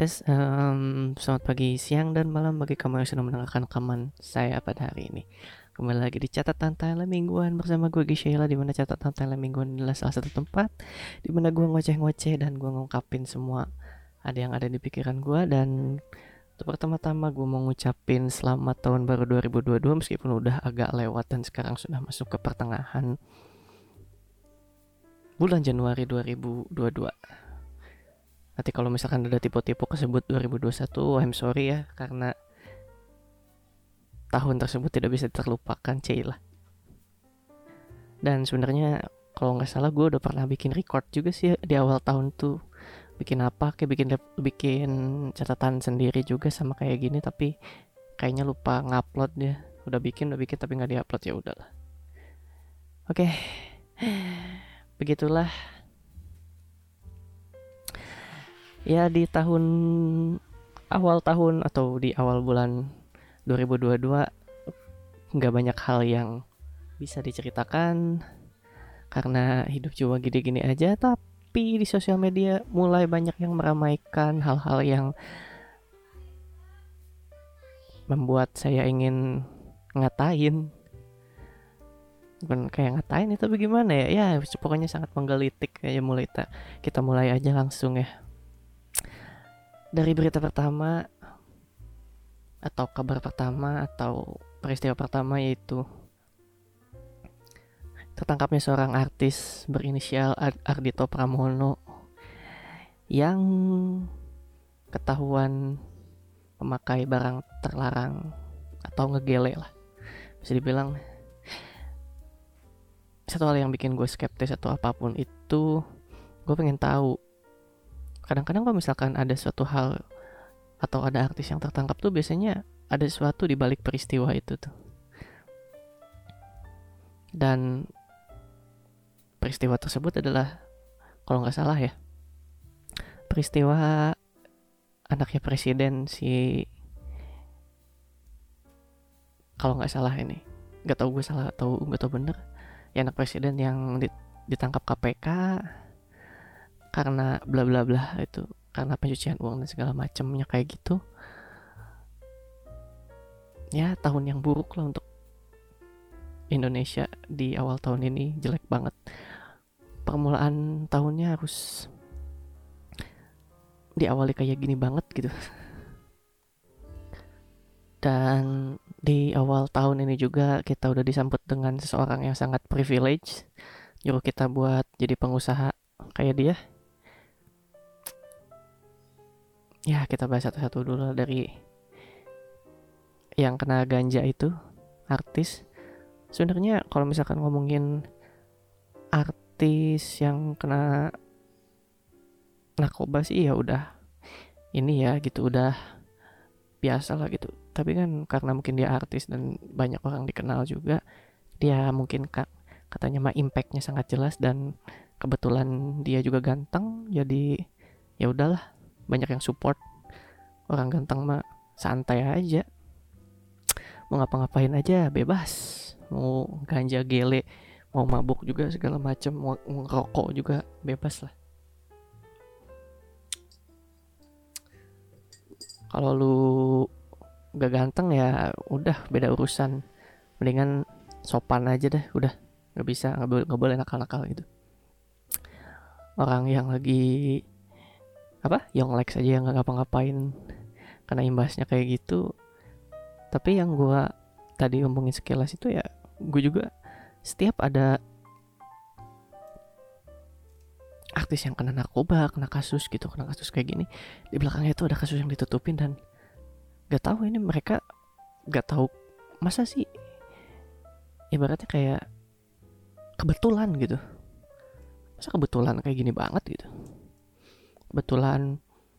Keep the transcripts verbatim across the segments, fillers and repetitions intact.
tes, em, selamat pagi, siang, dan malam bagi kamu yang sedang mendengarkan rekaman saya pada hari ini. Kembali lagi di catatan Thailand mingguan bersama gue Gisela, di mana catatan Thailand mingguan adalah salah satu tempat di mana gue ngoceh-ngoceh dan gue ngungkapin semua ada yang ada di pikiran gue. Dan untuk pertama-tama gue mau ngucapin selamat tahun baru dua ribu dua puluh dua meskipun udah agak lewat dan sekarang sudah masuk ke pertengahan bulan Januari dua ribu dua puluh dua. Nanti kalau misalkan ada tipe-tipe kesebut dua ribu dua puluh satu, I'm sorry ya, karena tahun tersebut tidak bisa terlupakan, cailah. Dan sebenarnya kalau nggak salah gue udah pernah bikin record juga sih di awal tahun tuh. Bikin apa, kayak bikin bikin catatan sendiri juga sama kayak gini, tapi kayaknya lupa ngupload dia. Udah bikin, udah bikin tapi nggak diupload, ya udahlah. Oke, begitulah. Ya di tahun awal tahun atau di awal bulan dua ribu dua puluh dua nggak banyak hal yang bisa diceritakan karena hidup cuma gini-gini aja. Tapi di sosial media mulai banyak yang meramaikan hal-hal yang membuat saya ingin ngatain. Bukan kayak ngatain itu tapi gimana ya, ya pokoknya sangat menggelitik. Kayak mulai ta- kita mulai aja langsung ya dari berita pertama atau kabar pertama atau peristiwa pertama, yaitu tertangkapnya seorang artis berinisial Ardhito Pramono yang ketahuan memakai barang terlarang atau ngegele lah, bisa dibilang. Satu hal yang bikin gue skeptis atau apapun itu, gue pengen tahu. Kadang-kadang kalau misalkan ada suatu hal atau ada artis yang tertangkap tuh biasanya ada sesuatu di balik peristiwa itu tuh. Dan peristiwa tersebut adalah, kalau nggak salah ya, peristiwa anaknya presiden, si, kalau nggak salah ini, nggak tahu gue salah atau nggak tahu bener, ya anak presiden yang ditangkap K P K karena bla bla bla itu, karena pencucian uang dan segala macamnya kayak gitu. Ya tahun yang buruk lah untuk Indonesia di awal tahun ini, jelek banget. Permulaan tahunnya harus diawali kayak gini banget gitu. Dan di awal tahun ini juga kita udah disambut dengan seseorang yang sangat privilege, nyuruh kita buat jadi pengusaha kayak dia. Ya kita bahas satu-satu dulu dari yang kena ganja itu, artis. Sebenarnya kalau misalkan ngomongin artis yang kena narkoba sih ya udah ini ya gitu, udah biasa lah gitu. Tapi kan karena mungkin dia artis dan banyak orang dikenal juga, dia mungkin kak katanya mah impactnya sangat jelas, dan kebetulan dia juga ganteng, jadi ya udahlah, banyak yang support. Orang ganteng mah santai aja, mau ngapa-ngapain aja bebas, mau ganja gele, mau mabuk juga segala macam, mau ngerokok juga bebas lah. Kalau lu gak ganteng ya udah beda urusan, mendingan sopan aja deh, udah nggak bisa, nggak boleh nggak boleh nakal-nakal gitu. Orang yang lagi apa young lex aja yang nggak ngapa-ngapain karena imbasnya kayak gitu. Tapi yang gue tadi ngomongin sekilas itu ya, gue juga setiap ada artis yang kena narkoba, kena kasus gitu, kena kasus kayak gini, di belakangnya itu ada kasus yang ditutupin, dan gak tahu ini mereka gak tahu, masa sih ibaratnya kayak kebetulan gitu, masa kebetulan kayak gini banget gitu. Kebetulan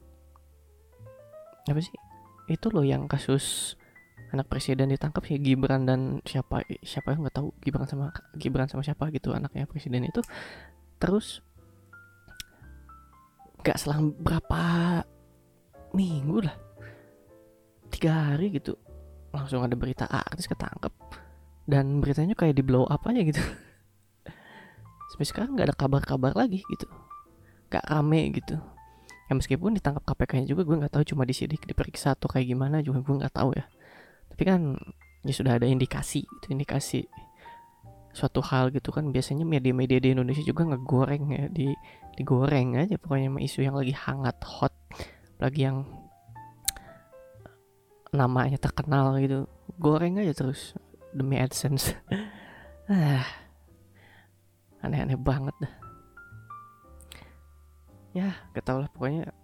apa sih itu loh yang kasus anak presiden ditangkap ya, Gibran dan siapa siapa yang nggak tahu, Gibran sama Gibran sama siapa gitu anaknya presiden itu. Terus nggak selang berapa minggu lah, tiga hari gitu, langsung ada berita artis ketangkep, dan beritanya kayak di blow up aja gitu. Sampai sekarang nggak ada kabar-kabar lagi gitu, nggak rame gitu. Ya meskipun ditangkap K P K-nya juga gue nggak tahu, cuma disidik diperiksa atau kayak gimana juga gue nggak tahu ya. Tapi kan ya sudah ada indikasi, itu indikasi suatu hal gitu kan. Biasanya media-media di Indonesia juga ngegoreng ya, di digoreng aja pokoknya sama isu yang lagi hangat hot, lagi yang namanya terkenal gitu, goreng aja terus demi AdSense. ah aneh-aneh banget dah. Ya gak tau lah, pokoknya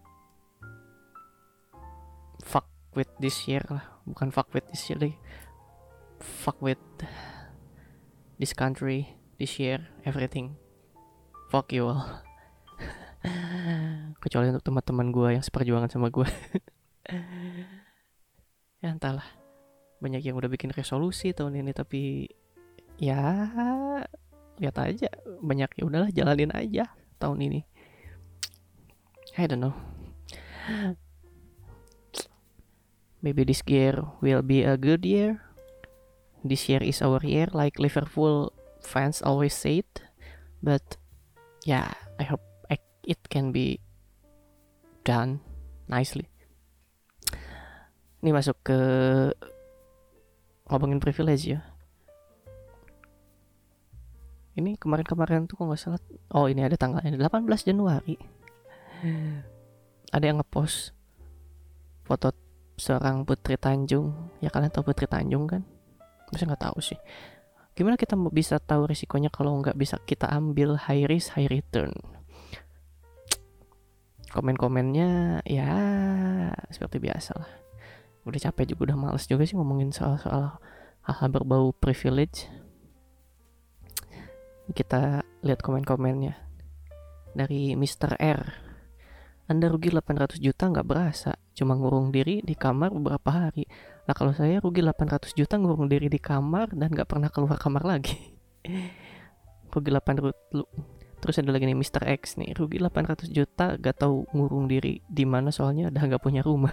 fuck with this year lah, bukan fuck with this year deh, fuck with this country, this year, everything, fuck you all. Kecuali untuk teman-teman gue yang seperjuangan sama gue. Ya entahlah, banyak yang udah bikin resolusi tahun ini, tapi ya lihat aja, banyak ya udahlah jalanin aja tahun ini. I don't know, maybe this year will be a good year. This year is our year, like Liverpool fans always said. But yeah, I hope it can be done nicely. Ini masuk ke ngomongin privilege ya. Ini kemarin-kemarin tuh kok nggak salah. Oh ini ada tanggalnya, delapan belas Januari. Ada yang ngepost foto seorang Putri Tanjung. Ya kalian tahu Putri Tanjung kan? Masa nggak tahu sih. Gimana kita bisa tahu risikonya kalau nggak bisa kita ambil high risk high return? Komen-komennya ya seperti biasa lah. Udah capek juga, udah males juga sih ngomongin soal-soal hal-hal berbau privilege. Kita lihat komen-komennya dari mister R. Anda rugi delapan ratus juta nggak berasa, cuma ngurung diri di kamar beberapa hari. Nah kalau saya rugi delapan ratus juta ngurung diri di kamar dan nggak pernah keluar kamar lagi. Rugi delapan ratus. Terus ada lagi nih mister X nih, rugi delapan ratus juta gak tahu ngurung diri di mana soalnya udah nggak punya rumah.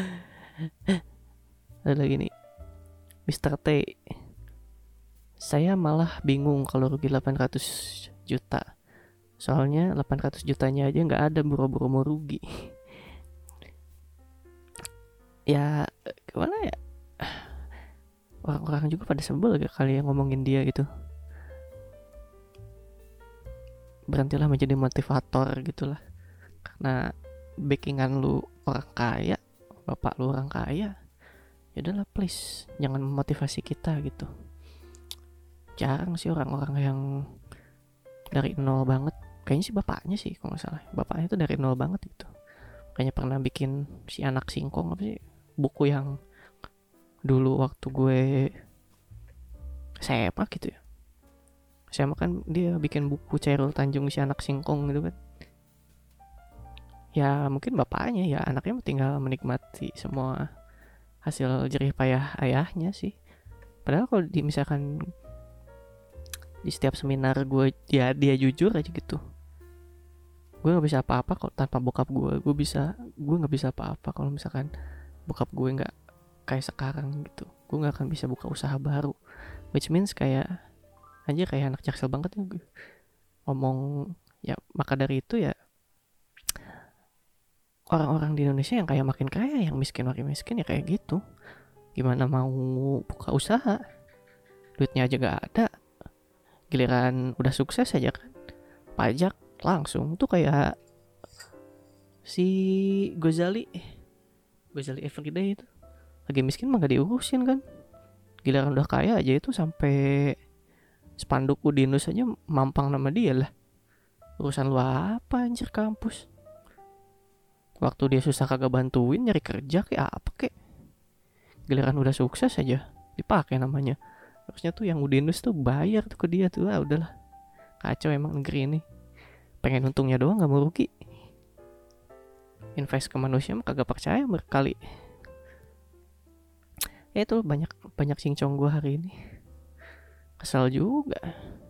Ada lagi nih mister T. Saya malah bingung kalau rugi delapan ratus juta. Soalnya delapan ratus jutanya aja nggak ada, buru-buru mau rugi. Ya gimana ya, orang-orang juga pada sebel gak kali yang ngomongin dia gitu. Berhentilah menjadi motivator gitulah, karena backingan lu orang kaya, bapak lu orang kaya, ya udahlah please jangan memotivasi kita gitu. Jarang sih orang-orang yang dari nol banget. Kayaknya sih bapaknya sih kalau nggak salah, bapaknya tuh dari nol banget gitu. Kayaknya pernah bikin si anak singkong apa sih, buku yang dulu waktu gue S M A gitu ya, S M A kan dia bikin buku Chairul Tanjung si anak singkong gitu kan. Ya mungkin bapaknya, ya anaknya tinggal menikmati semua hasil jerih payah ayahnya sih. Padahal kalau di misalkan di setiap seminar gue ya dia jujur aja gitu, gue nggak bisa apa-apa kalau tanpa bokap gue. Gue bisa, gue nggak bisa apa-apa kalau misalkan bokap gue nggak kayak sekarang gitu. Gue nggak akan bisa buka usaha baru, which means kayak aja kayak anak jaksel banget ya gue ngomong ya. Maka dari itu ya orang-orang di Indonesia yang kaya makin kaya, yang miskin makin miskin ya kayak gitu. Gimana mau buka usaha, duitnya aja gak ada, giliran udah sukses aja kan pajak langsung. Tuh kayak si Gozali Gozali Everyday itu, lagi miskin mah gak diurusin kan, giliran udah kaya aja itu sampai spanduk Udinus aja mampang nama dia lah. Urusan lu apa anjir kampus? Waktu dia susah kagak bantuin nyari kerja kayak apa kek, giliran udah sukses aja dipakai namanya. Harusnya tuh yang Udinus tuh bayar tuh ke dia tuh. Ah udahlah, kacau emang negeri ini. Pengen untungnya doang gak mau rugi. Invest ke manusia mah kagak percaya berkali. Ya itu banyak banyak cincong gue hari ini. Kesal juga.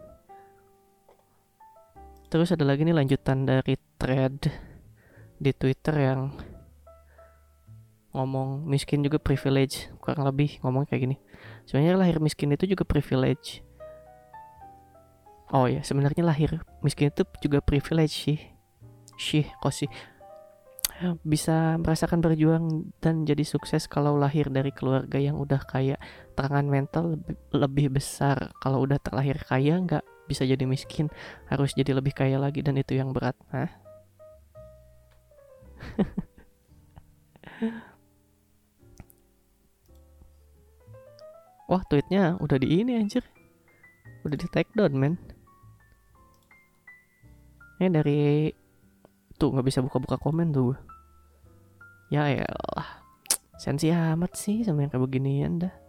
Terus ada lagi nih lanjutan dari thread di Twitter yang ngomong miskin juga privilege. Kurang lebih ngomong kayak gini, sebenarnya lahir miskin itu juga privilege. Oh ya, sebenarnya lahir miskin itu juga privilege sih. Sih, kok sih. bisa merasakan berjuang dan jadi sukses kalau lahir dari keluarga yang udah kaya. Tantangan mental lebih, lebih besar kalau udah terlahir kaya, nggak bisa jadi miskin, harus jadi lebih kaya lagi, dan itu yang berat. Hah? Wah, tweetnya udah di ini anjir, udah di take down men. Ini dari tuh nggak bisa buka-buka komen tuh. Ya elah, sensi amat sih sama yang kayak beginian dah.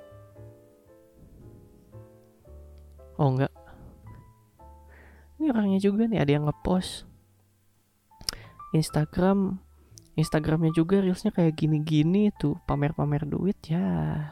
Oh enggak, ini orangnya juga nih ada yang ngepost Instagram, Instagramnya juga reelsnya kayak gini-gini tuh, pamer-pamer duit ya.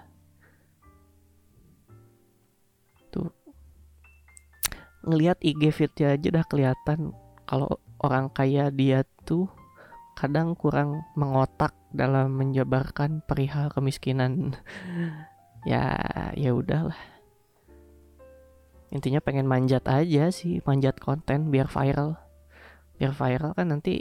Tuh ngelihat I G feednya aja dah kelihatan kalau orang kaya dia tuh kadang kurang mengotak dalam menjabarkan perihal kemiskinan. ya ya udahlah, intinya pengen manjat aja sih, manjat konten biar viral, biar viral kan nanti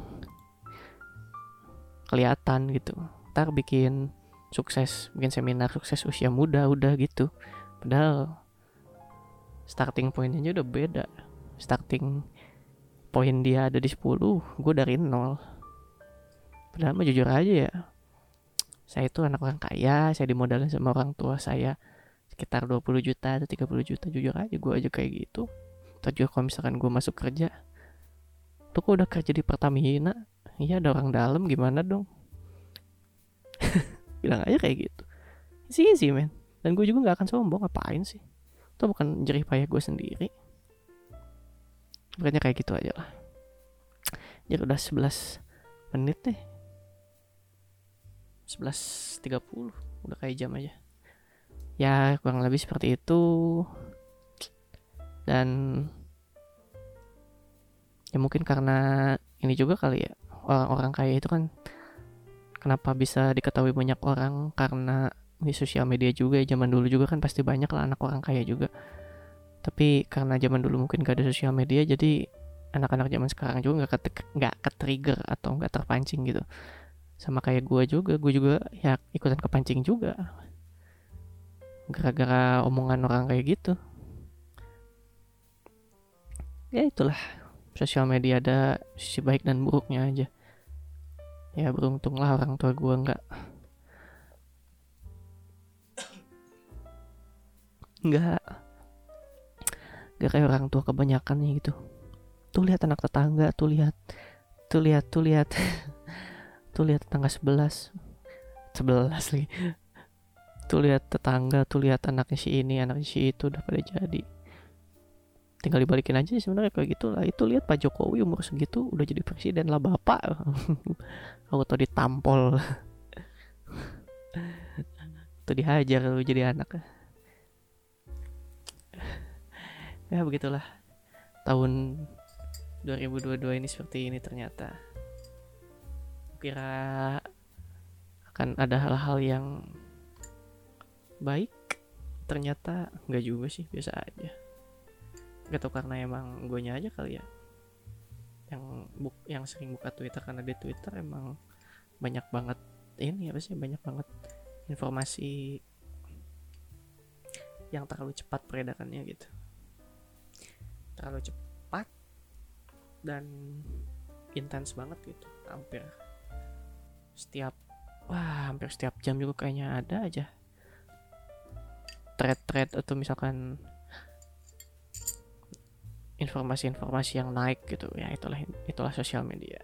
kelihatan gitu. Ntar bikin sukses, bikin seminar sukses usia muda udah gitu, padahal starting pointnya aja udah beda. Starting point dia ada di sepuluh, gue dari nol. Padahal mah jujur aja ya, saya itu anak orang kaya, saya dimodalin sama orang tua saya sekitar dua puluh juta atau tiga puluh juta. Jujur aja gue aja kayak gitu. Terus juga kalau misalkan gue masuk kerja, tuh kok udah kerja di Pertamina, iya ada orang dalam gimana dong. Bilang aja kayak gitu sih sih men. Dan gue juga gak akan sombong, ngapain sih, itu bukan jerih payah gue sendiri. Makanya kayak gitu aja lah. Jadi udah sebelas menit deh, sebelas tiga puluh, udah kayak jam aja ya, kurang lebih seperti itu. Dan ya mungkin karena ini juga kali ya, orang-orang kaya itu kan kenapa bisa diketahui banyak orang, karena di sosial media juga. Zaman dulu juga kan pasti banyak lah anak orang kaya juga, tapi karena zaman dulu mungkin gak ada sosial media, jadi anak-anak zaman sekarang juga gak, ke- gak ke-trigger atau gak terpancing gitu. Sama kayak gue juga, gue juga ya ikutan kepancing juga gara-gara omongan orang kayak gitu. Ya itulah, sosial media ada sisi baik dan buruknya aja. Ya beruntunglah orang tua gue nggak nggak nggak kayak orang tua kebanyakan nih gitu. Tuh lihat anak tetangga, tuh lihat tuh lihat tuh lihat tuh lihat tetangga sebelas sebelas lagi, tuh lihat tetangga, tuh lihat anaknya si ini, anaknya si itu udah pada jadi. Tinggal dibalikin aja sih sebenarnya kayak gitu lah. Itu lihat Pak Jokowi umur segitu udah jadi presiden lah bapak. Aku tau ditampol tuh dihajar lu jadi anak. Ya begitulah tahun dua ribu dua puluh dua ini seperti ini ternyata. Kira akan ada hal-hal yang baik, ternyata nggak juga sih, biasa aja. Gak tau karena emang gue nya aja kali ya yang buk yang sering buka Twitter, karena di Twitter emang banyak banget ini apa sih, banyak banget informasi yang terlalu cepat peredarannya gitu, terlalu cepat dan intens banget gitu. Hampir setiap wah hampir setiap jam juga kayaknya ada aja thread-thread atau misalkan informasi-informasi yang naik gitu ya. Itulah itulah sosial media.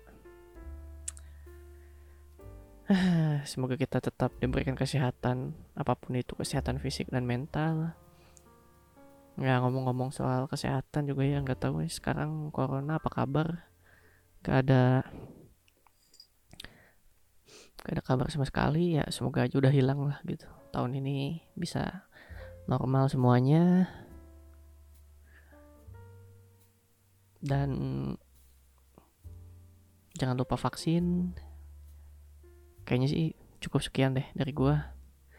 Semoga kita tetap diberikan kesehatan, apapun itu, kesehatan fisik dan mental. Ya ngomong-ngomong soal kesehatan juga ya, nggak tahu nih sekarang corona apa kabar. Gak ada gak ada kabar sama sekali ya. Semoga aja udah hilang lah gitu, tahun ini bisa normal semuanya. Dan jangan lupa vaksin. Kayaknya sih cukup sekian deh dari gua.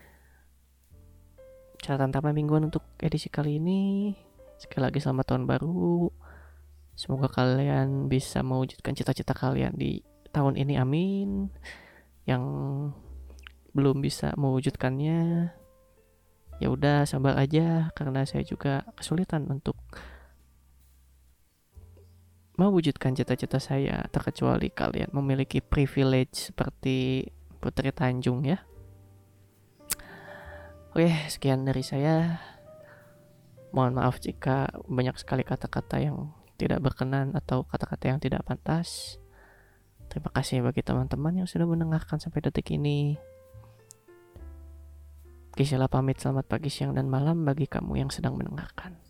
Catatan tambahan mingguan untuk edisi kali ini. Sekali lagi selamat tahun baru. Semoga kalian bisa mewujudkan cita-cita kalian di tahun ini amin. Yang belum bisa mewujudkannya, ya udah sabar aja, karena saya juga kesulitan untuk mewujudkan cita-cita saya, terkecuali kalian memiliki privilege seperti Putri Tanjung ya. Oke, sekian dari saya. Mohon maaf jika banyak sekali kata-kata yang tidak berkenan atau kata-kata yang tidak pantas. Terima kasih bagi teman-teman yang sudah mendengarkan sampai detik ini. Kisila pamit, selamat pagi, siang, dan malam bagi kamu yang sedang mendengarkan.